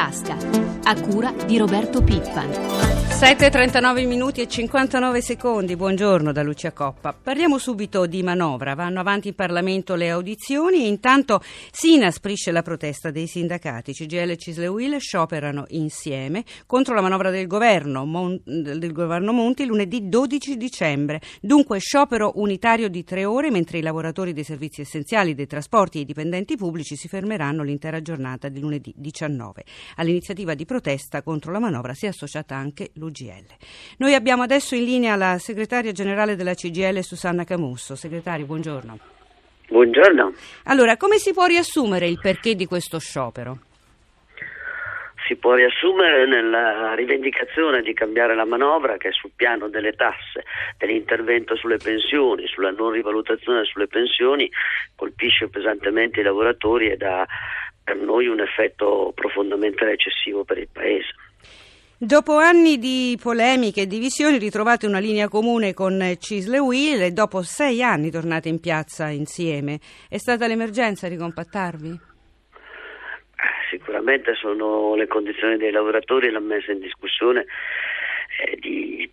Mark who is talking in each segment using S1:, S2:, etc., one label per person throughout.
S1: tasca, a cura di Roberto Pippan.
S2: 7:39 minuti e 59 secondi. Buongiorno da Lucia Coppa. Parliamo subito di manovra. Vanno avanti in Parlamento le audizioni e intanto si inasprisce la protesta dei sindacati. CGIL e CISL e UIL scioperano insieme contro la manovra del governo Monti lunedì 12 dicembre. Dunque sciopero unitario di 3 ore, mentre i lavoratori dei servizi essenziali, dei trasporti e i dipendenti pubblici si fermeranno l'intera giornata di lunedì 19. All'iniziativa di protesta contro la manovra si è associata anche l'UGL. Noi abbiamo adesso in linea la segretaria generale della CGIL, Susanna Camusso. Segretario, buongiorno.
S3: Buongiorno.
S2: Allora, come si può riassumere il perché di questo sciopero?
S3: Si può riassumere nella rivendicazione di cambiare la manovra, che sul piano delle tasse, dell'intervento sulle pensioni, sulla non rivalutazione sulle pensioni, colpisce pesantemente i lavoratori ed ha per noi un effetto profondamente recessivo per il Paese.
S2: Dopo anni di polemiche e divisioni ritrovate una linea comune con CISL e UIL e dopo 6 anni tornate in piazza insieme. È stata l'emergenza a ricompattarvi?
S3: Sicuramente sono le condizioni dei lavoratori la messa in discussione di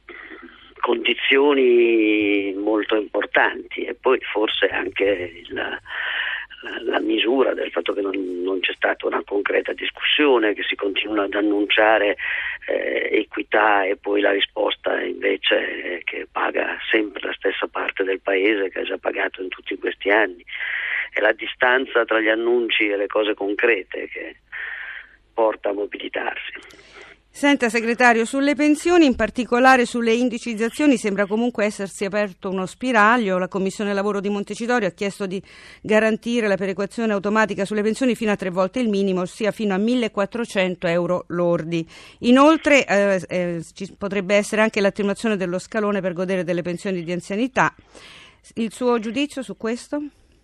S3: condizioni molto importanti e poi forse anche la misura del fatto che non c'è stata una concreta discussione, che si continua ad annunciare equità e poi la risposta invece è che paga sempre la stessa parte del Paese che ha già pagato in tutti questi anni. È la distanza tra gli annunci e le cose concrete che porta a mobilitarsi.
S2: Senta segretario, sulle pensioni, in particolare sulle indicizzazioni, sembra comunque essersi aperto uno spiraglio. La Commissione Lavoro di Montecitorio ha chiesto di garantire la perequazione automatica sulle pensioni fino a 3 volte il minimo, ossia fino a 1.400 euro lordi. Inoltre ci potrebbe essere anche l'attenuazione dello scalone per godere delle pensioni di anzianità. Il suo giudizio su questo?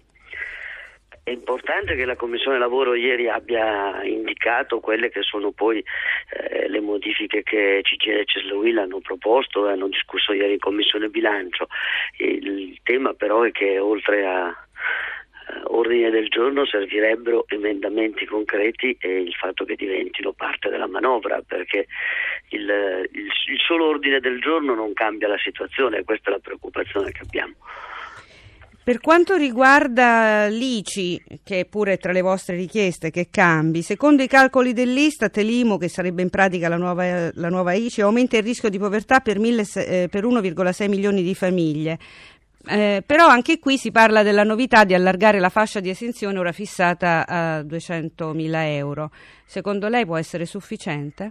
S3: È importante che la Commissione Lavoro ieri abbia indicato quelle che sono poi le modifiche che CGIL e CISL e UIL hanno proposto e hanno discusso ieri in Commissione Bilancio. Il tema però è che oltre a ordine del giorno servirebbero emendamenti concreti e il fatto che diventino parte della manovra, perché il solo ordine del giorno non cambia la situazione e questa è la preoccupazione che abbiamo.
S2: Per quanto riguarda l'ICI, che è pure tra le vostre richieste che cambi, secondo i calcoli dell'Istat, l'IMU, che sarebbe in pratica la nuova ICI, aumenta il rischio di povertà per 1,6 milioni di famiglie. Però anche qui si parla della novità di allargare la fascia di esenzione ora fissata a 200.000 euro. Secondo lei può essere sufficiente?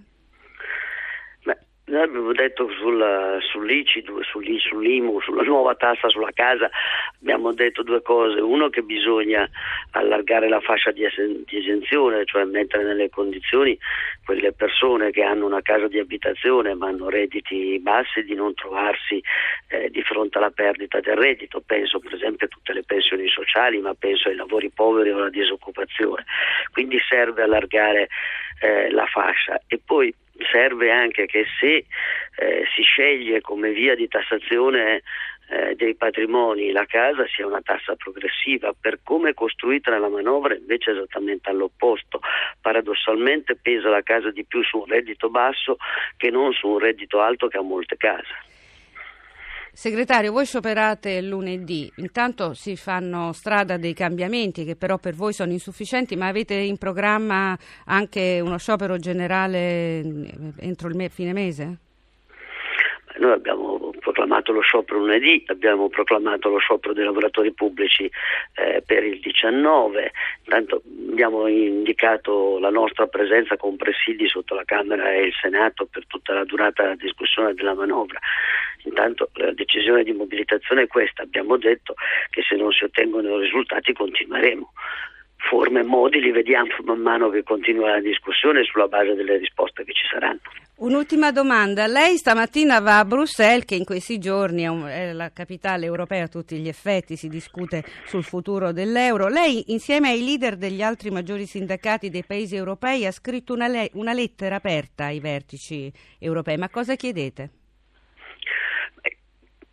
S3: Noi abbiamo detto sull'ICI, sull'IMU, sulla nuova tassa sulla casa, abbiamo detto 2 cose. Uno, che bisogna allargare la fascia di esenzione, cioè mettere nelle condizioni quelle persone che hanno una casa di abitazione ma hanno redditi bassi di non trovarsi di fronte alla perdita del reddito. Penso per esempio a tutte le pensioni sociali, ma penso ai lavori poveri o alla disoccupazione. Quindi serve allargare la fascia e poi serve anche che se si sceglie come via di tassazione dei patrimoni la casa sia una tassa progressiva. Per come è costruita nella manovra invece è esattamente all'opposto. Paradossalmente pesa la casa di più su un reddito basso che non su un reddito alto che ha molte case.
S2: Segretario, voi scioperate lunedì, intanto si fanno strada dei cambiamenti che però per voi sono insufficienti, ma avete in programma anche uno sciopero generale entro il fine mese?
S3: Noi abbiamo proclamato lo sciopero lunedì, abbiamo proclamato lo sciopero dei lavoratori pubblici per il 19, intanto abbiamo indicato la nostra presenza con presidi sotto la Camera e il Senato per tutta la durata della discussione della manovra. Intanto la decisione di mobilitazione è questa, abbiamo detto che se non si ottengono risultati continueremo. Forme e modi li vediamo man mano che continua la discussione sulla base delle risposte che ci saranno.
S2: Un'ultima domanda, lei stamattina va a Bruxelles, che in questi giorni è la capitale europea a tutti gli effetti, si discute sul futuro dell'euro. Lei insieme ai leader degli altri maggiori sindacati dei paesi europei ha scritto una lettera aperta ai vertici europei, ma cosa chiedete?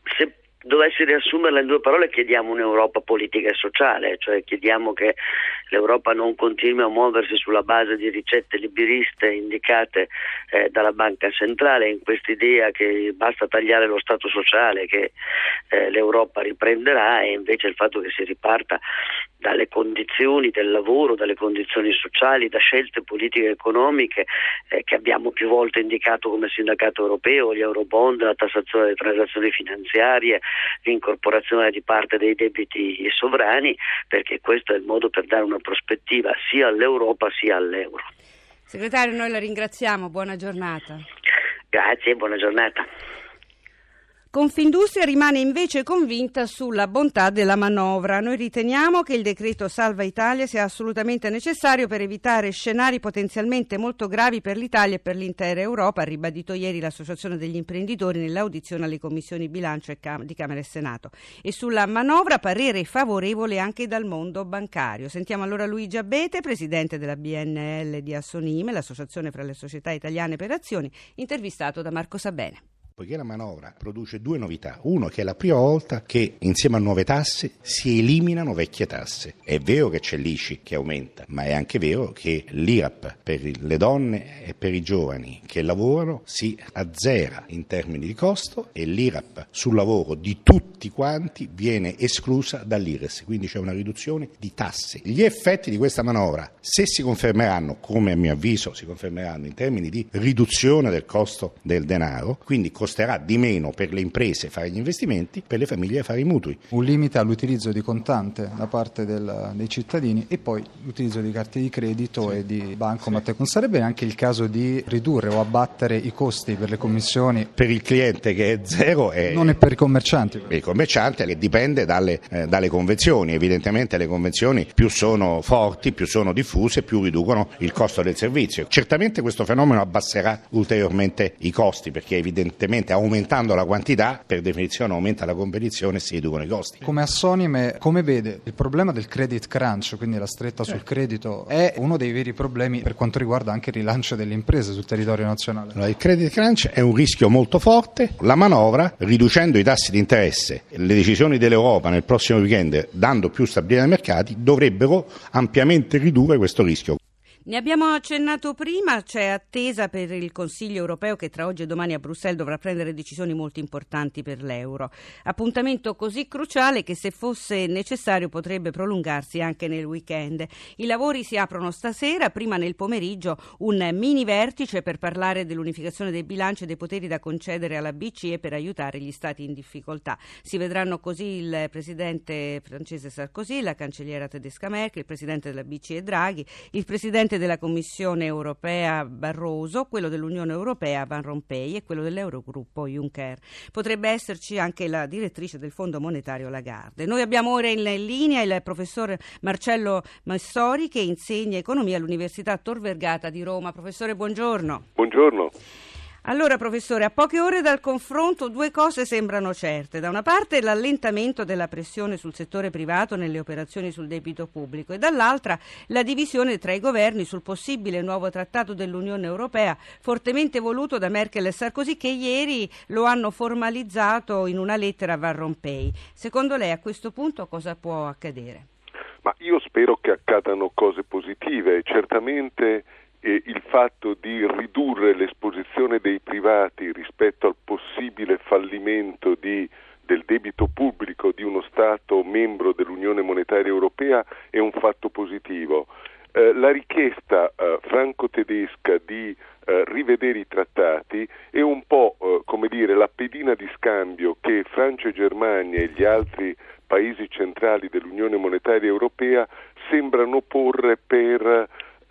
S3: Dovessi riassumerla in 2 parole, chiediamo un'Europa politica e sociale, cioè chiediamo che l'Europa non continui a muoversi sulla base di ricette liberiste indicate dalla Banca Centrale, in quest'idea che basta tagliare lo Stato sociale che l'Europa riprenderà, e invece il fatto che si riparta dalle condizioni del lavoro, dalle condizioni sociali, da scelte politiche e economiche che abbiamo più volte indicato come sindacato europeo, gli eurobond, la tassazione delle transazioni finanziarie, l'incorporazione di parte dei debiti sovrani, perché questo è il modo per dare una prospettiva sia all'Europa sia all'euro.
S2: Segretario, noi la ringraziamo, buona giornata.
S3: Grazie, buona giornata.
S2: Confindustria rimane invece convinta sulla bontà della manovra. Noi riteniamo che il decreto Salva Italia sia assolutamente necessario per evitare scenari potenzialmente molto gravi per l'Italia e per l'intera Europa, ha ribadito ieri l'Associazione degli imprenditori nell'audizione alle commissioni bilancio di Camera e Senato. E sulla manovra parere favorevole anche dal mondo bancario. Sentiamo allora Luigi Abete, presidente della BNL di Assonime, l'associazione fra le società italiane per azioni, intervistato da Marco Sabene.
S4: Poiché la manovra produce due novità. Uno, che è la prima volta che insieme a nuove tasse si eliminano vecchie tasse. È vero che c'è l'ICI che aumenta, ma è anche vero che l'IRAP per le donne e per i giovani che lavorano si azzera in termini di costo, e l'IRAP sul lavoro di tutti quanti viene esclusa dall'IRES, quindi c'è una riduzione di tasse. Gli effetti di questa manovra, se si confermeranno, come a mio avviso si confermeranno in termini di riduzione del costo del denaro, quindi costerà di meno per le imprese fare gli investimenti, per le famiglie fare i mutui.
S5: Un limite all'utilizzo di contante da parte dei cittadini e poi l'utilizzo di carte di credito e di bancomat. Sì. Non sarebbe anche il caso di ridurre o abbattere i costi per le commissioni?
S4: Per il cliente che è zero
S5: non è per i commercianti.
S4: Per i commercianti che dipende dalle convenzioni. Evidentemente le convenzioni più sono forti, più sono diffuse, più riducono il costo del servizio. Certamente questo fenomeno abbasserà ulteriormente i costi, perché evidentemente aumentando la quantità, per definizione aumenta la competizione e si riducono i costi.
S5: Come Assonime, come vede il problema del credit crunch, quindi la stretta sul credito, è uno dei veri problemi per quanto riguarda anche il rilancio delle imprese sul territorio nazionale?
S4: Allora, il credit crunch è un rischio molto forte. La manovra, riducendo i tassi di interesse, le decisioni dell'Europa nel prossimo weekend, dando più stabilità ai mercati, dovrebbero ampiamente ridurre questo rischio.
S2: Ne abbiamo accennato prima, c'è attesa per il Consiglio europeo che tra oggi e domani a Bruxelles dovrà prendere decisioni molto importanti per l'euro. Appuntamento così cruciale che se fosse necessario potrebbe prolungarsi anche nel weekend. I lavori si aprono stasera, prima nel pomeriggio un mini vertice per parlare dell'unificazione dei bilanci e dei poteri da concedere alla BCE per aiutare gli stati in difficoltà. Si vedranno così il presidente francese Sarkozy, la cancelliera tedesca Merkel, il presidente della BCE Draghi, il presidente della Commissione europea Barroso, quello dell'Unione Europea Van Rompuy e quello dell'Eurogruppo Juncker. Potrebbe esserci anche la direttrice del Fondo Monetario Lagarde. Noi abbiamo ora in linea il professor Marcello Messori che insegna economia all'Università Tor Vergata di Roma. Professore, buongiorno.
S6: Buongiorno.
S2: Allora, professore, a poche ore dal confronto due cose sembrano certe. Da una parte l'allentamento della pressione sul settore privato nelle operazioni sul debito pubblico e dall'altra la divisione tra i governi sul possibile nuovo trattato dell'Unione Europea fortemente voluto da Merkel e Sarkozy, che ieri lo hanno formalizzato in una lettera a Van Rompuy. Secondo lei a questo punto cosa può accadere?
S6: Ma io spero che accadano cose positive. Certamente il fatto di ridurre l'esposizione dei privati rispetto al possibile fallimento del debito pubblico di uno Stato membro dell'Unione Monetaria Europea è un fatto positivo. La richiesta franco-tedesca di rivedere i trattati è un po' la pedina di scambio che Francia e Germania e gli altri paesi centrali dell'Unione Monetaria Europea sembrano porre per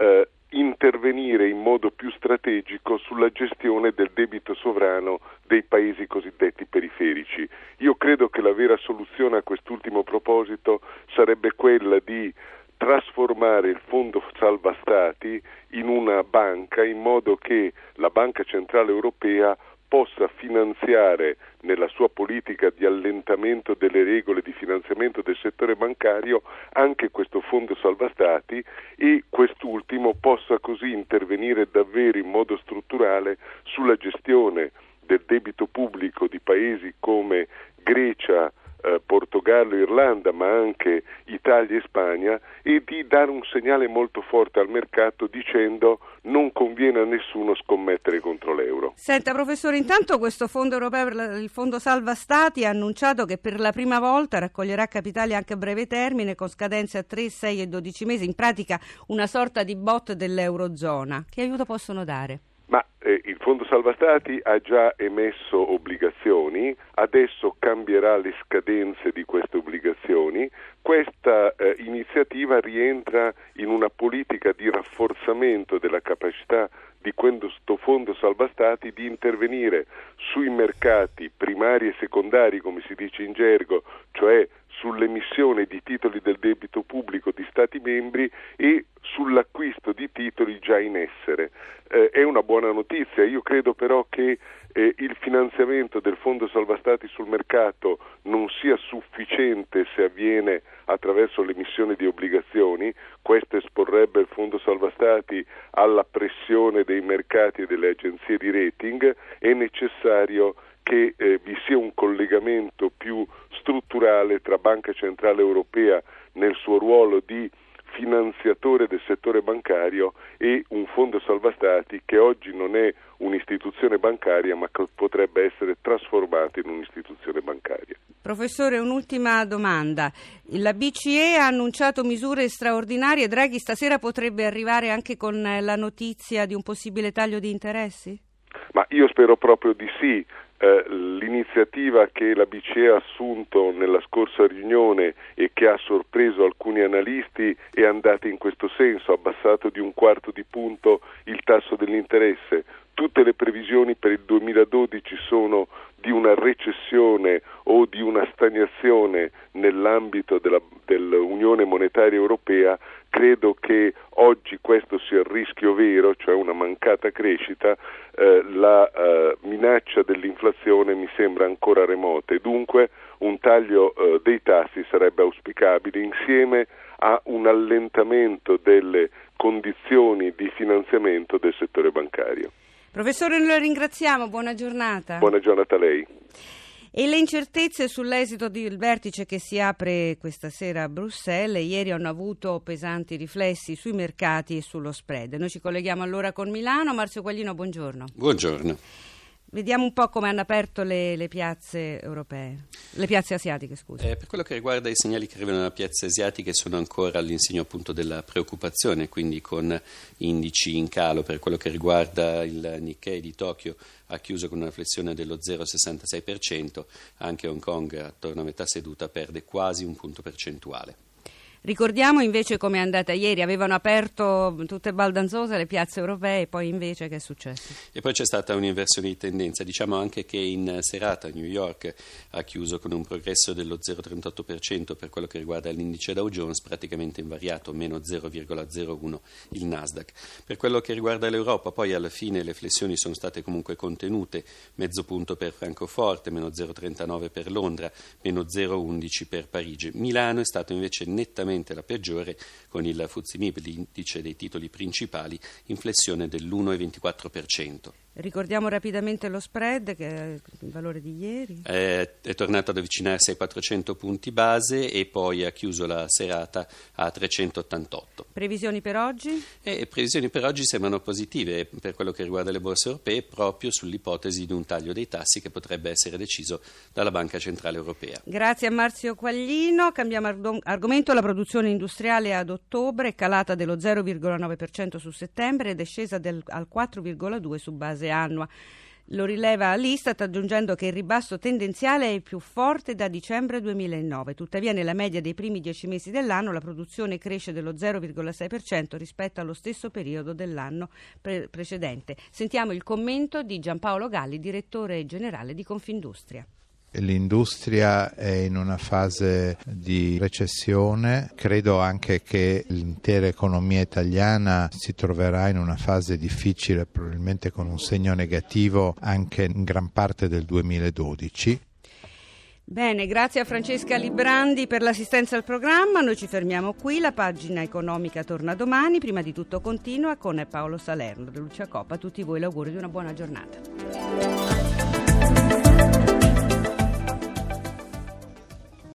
S6: intervenire in modo più strategico sulla gestione del debito sovrano dei paesi cosiddetti periferici. Io credo che la vera soluzione a quest'ultimo proposito sarebbe quella di trasformare il Fondo Salva Stati in una banca, in modo che la Banca Centrale Europea possa finanziare nella sua politica di allentamento delle regole di finanziamento del settore bancario anche questo Fondo Salva Stati, e quest'ultimo possa così intervenire davvero in modo strutturale sulla gestione del debito pubblico di paesi come Grecia, Portogallo, Irlanda, ma anche Italia e Spagna, e di dare un segnale molto forte al mercato dicendo non conviene a nessuno scommettere contro l'euro.
S2: Senta professore, intanto questo fondo europeo, il fondo salva stati, ha annunciato che per la prima volta raccoglierà capitali anche a breve termine con scadenze a 3, 6 e 12 mesi, in pratica una sorta di bot dell'eurozona. Che aiuto possono dare?
S6: Ma il Fondo Salva Stati ha già emesso obbligazioni, adesso cambierà le scadenze di queste obbligazioni. Questa iniziativa rientra in una politica di rafforzamento della capacità di questo Fondo Salva Stati di intervenire sui mercati primari e secondari, come si dice in gergo, cioè sull'emissione di titoli del debito pubblico di Stati membri e sull'acquisto di titoli già in essere. È una buona notizia. Io credo però che il finanziamento del Fondo Salva Stati sul mercato non sia sufficiente se avviene attraverso l'emissione di obbligazioni. Questo esporrebbe il Fondo Salva Stati alla pressione dei mercati e delle agenzie di rating. È necessario che vi sia un collegamento più strutturale tra Banca Centrale Europea nel suo ruolo di finanziatore del settore bancario e un fondo salva stati che oggi non è un'istituzione bancaria ma che potrebbe essere trasformato in un'istituzione bancaria.
S2: Professore, un'ultima domanda. La BCE ha annunciato misure straordinarie. Draghi stasera potrebbe arrivare anche con la notizia di un possibile taglio di interessi?
S6: Ma io spero proprio di sì. L'iniziativa che la BCE ha assunto nella scorsa riunione e che ha sorpreso alcuni analisti è andata in questo senso, ha abbassato di 1/4 di punto il tasso dell'interesse. Tutte le previsioni per il 2012 sono di una recessione o di una stagnazione nell'ambito dell'Unione Monetaria Europea. Credo che oggi questo sia il rischio vero, cioè una mancata crescita. La minaccia dell'inflazione mi sembra ancora remota e dunque un taglio dei tassi sarebbe auspicabile insieme a un allentamento delle condizioni di finanziamento del settore bancario.
S2: Professore, noi la ringraziamo, buona giornata.
S6: Buona giornata a lei.
S2: E le incertezze sull'esito del vertice che si apre questa sera a Bruxelles ieri hanno avuto pesanti riflessi sui mercati e sullo spread. Noi ci colleghiamo allora con Milano. Marzio Quaglino, buongiorno.
S7: Buongiorno.
S2: Vediamo un po' come hanno aperto le piazze europee, le piazze asiatiche, scusa.
S7: Per quello che riguarda i segnali che arrivano dalle piazze asiatiche sono ancora all'insegno appunto della preoccupazione, quindi con indici in calo. Per quello che riguarda il Nikkei di Tokyo ha chiuso con una flessione dello 0,66%, anche Hong Kong attorno a metà seduta perde quasi un punto percentuale.
S2: Ricordiamo invece come è andata ieri, avevano aperto tutte baldanzose le piazze europee, poi invece che è successo?
S7: E poi c'è stata un'inversione di tendenza, diciamo anche che in serata New York ha chiuso con un progresso dello 0,38% per quello che riguarda l'indice Dow Jones, praticamente invariato, meno 0,01 il Nasdaq. Per quello che riguarda l'Europa, poi alla fine le flessioni sono state comunque contenute, mezzo punto per Francoforte, meno 0,39 per Londra, meno 0,11 per Parigi. Milano è stato invece nettamente la peggiore, con il FTSE MIB, l'indice dei titoli principali, in flessione dell'1,24%.
S2: Ricordiamo rapidamente lo spread, che è il valore di ieri.
S7: È tornato ad avvicinarsi ai 400 punti base e poi ha chiuso la serata a 388.
S2: Previsioni per oggi?
S7: Previsioni per oggi sembrano positive per quello che riguarda le borse europee, proprio sull'ipotesi di un taglio dei tassi che potrebbe essere deciso dalla Banca Centrale Europea.
S2: Grazie a Marzio Quaglino. Cambiamo argomento. La produzione industriale ad ottobre è calata dello 0,9% su settembre ed è scesa al 4,2% su base annua. Lo rileva l'Istat, aggiungendo che il ribasso tendenziale è il più forte da dicembre 2009. Tuttavia, nella media dei primi 10 mesi dell'anno la produzione cresce dello 0,6% rispetto allo stesso periodo dell'anno precedente. Sentiamo il commento di Giampaolo Galli, direttore generale di Confindustria.
S8: L'industria è in una fase di recessione, credo anche che l'intera economia italiana si troverà in una fase difficile, probabilmente con un segno negativo anche in gran parte del 2012.
S2: Bene, grazie a Francesca Librandi per l'assistenza al programma. Noi ci fermiamo qui, la pagina economica torna domani. Prima di tutto continua con Paolo Salerno, da Lucia Coppa. A tutti voi l'augurio di una buona giornata.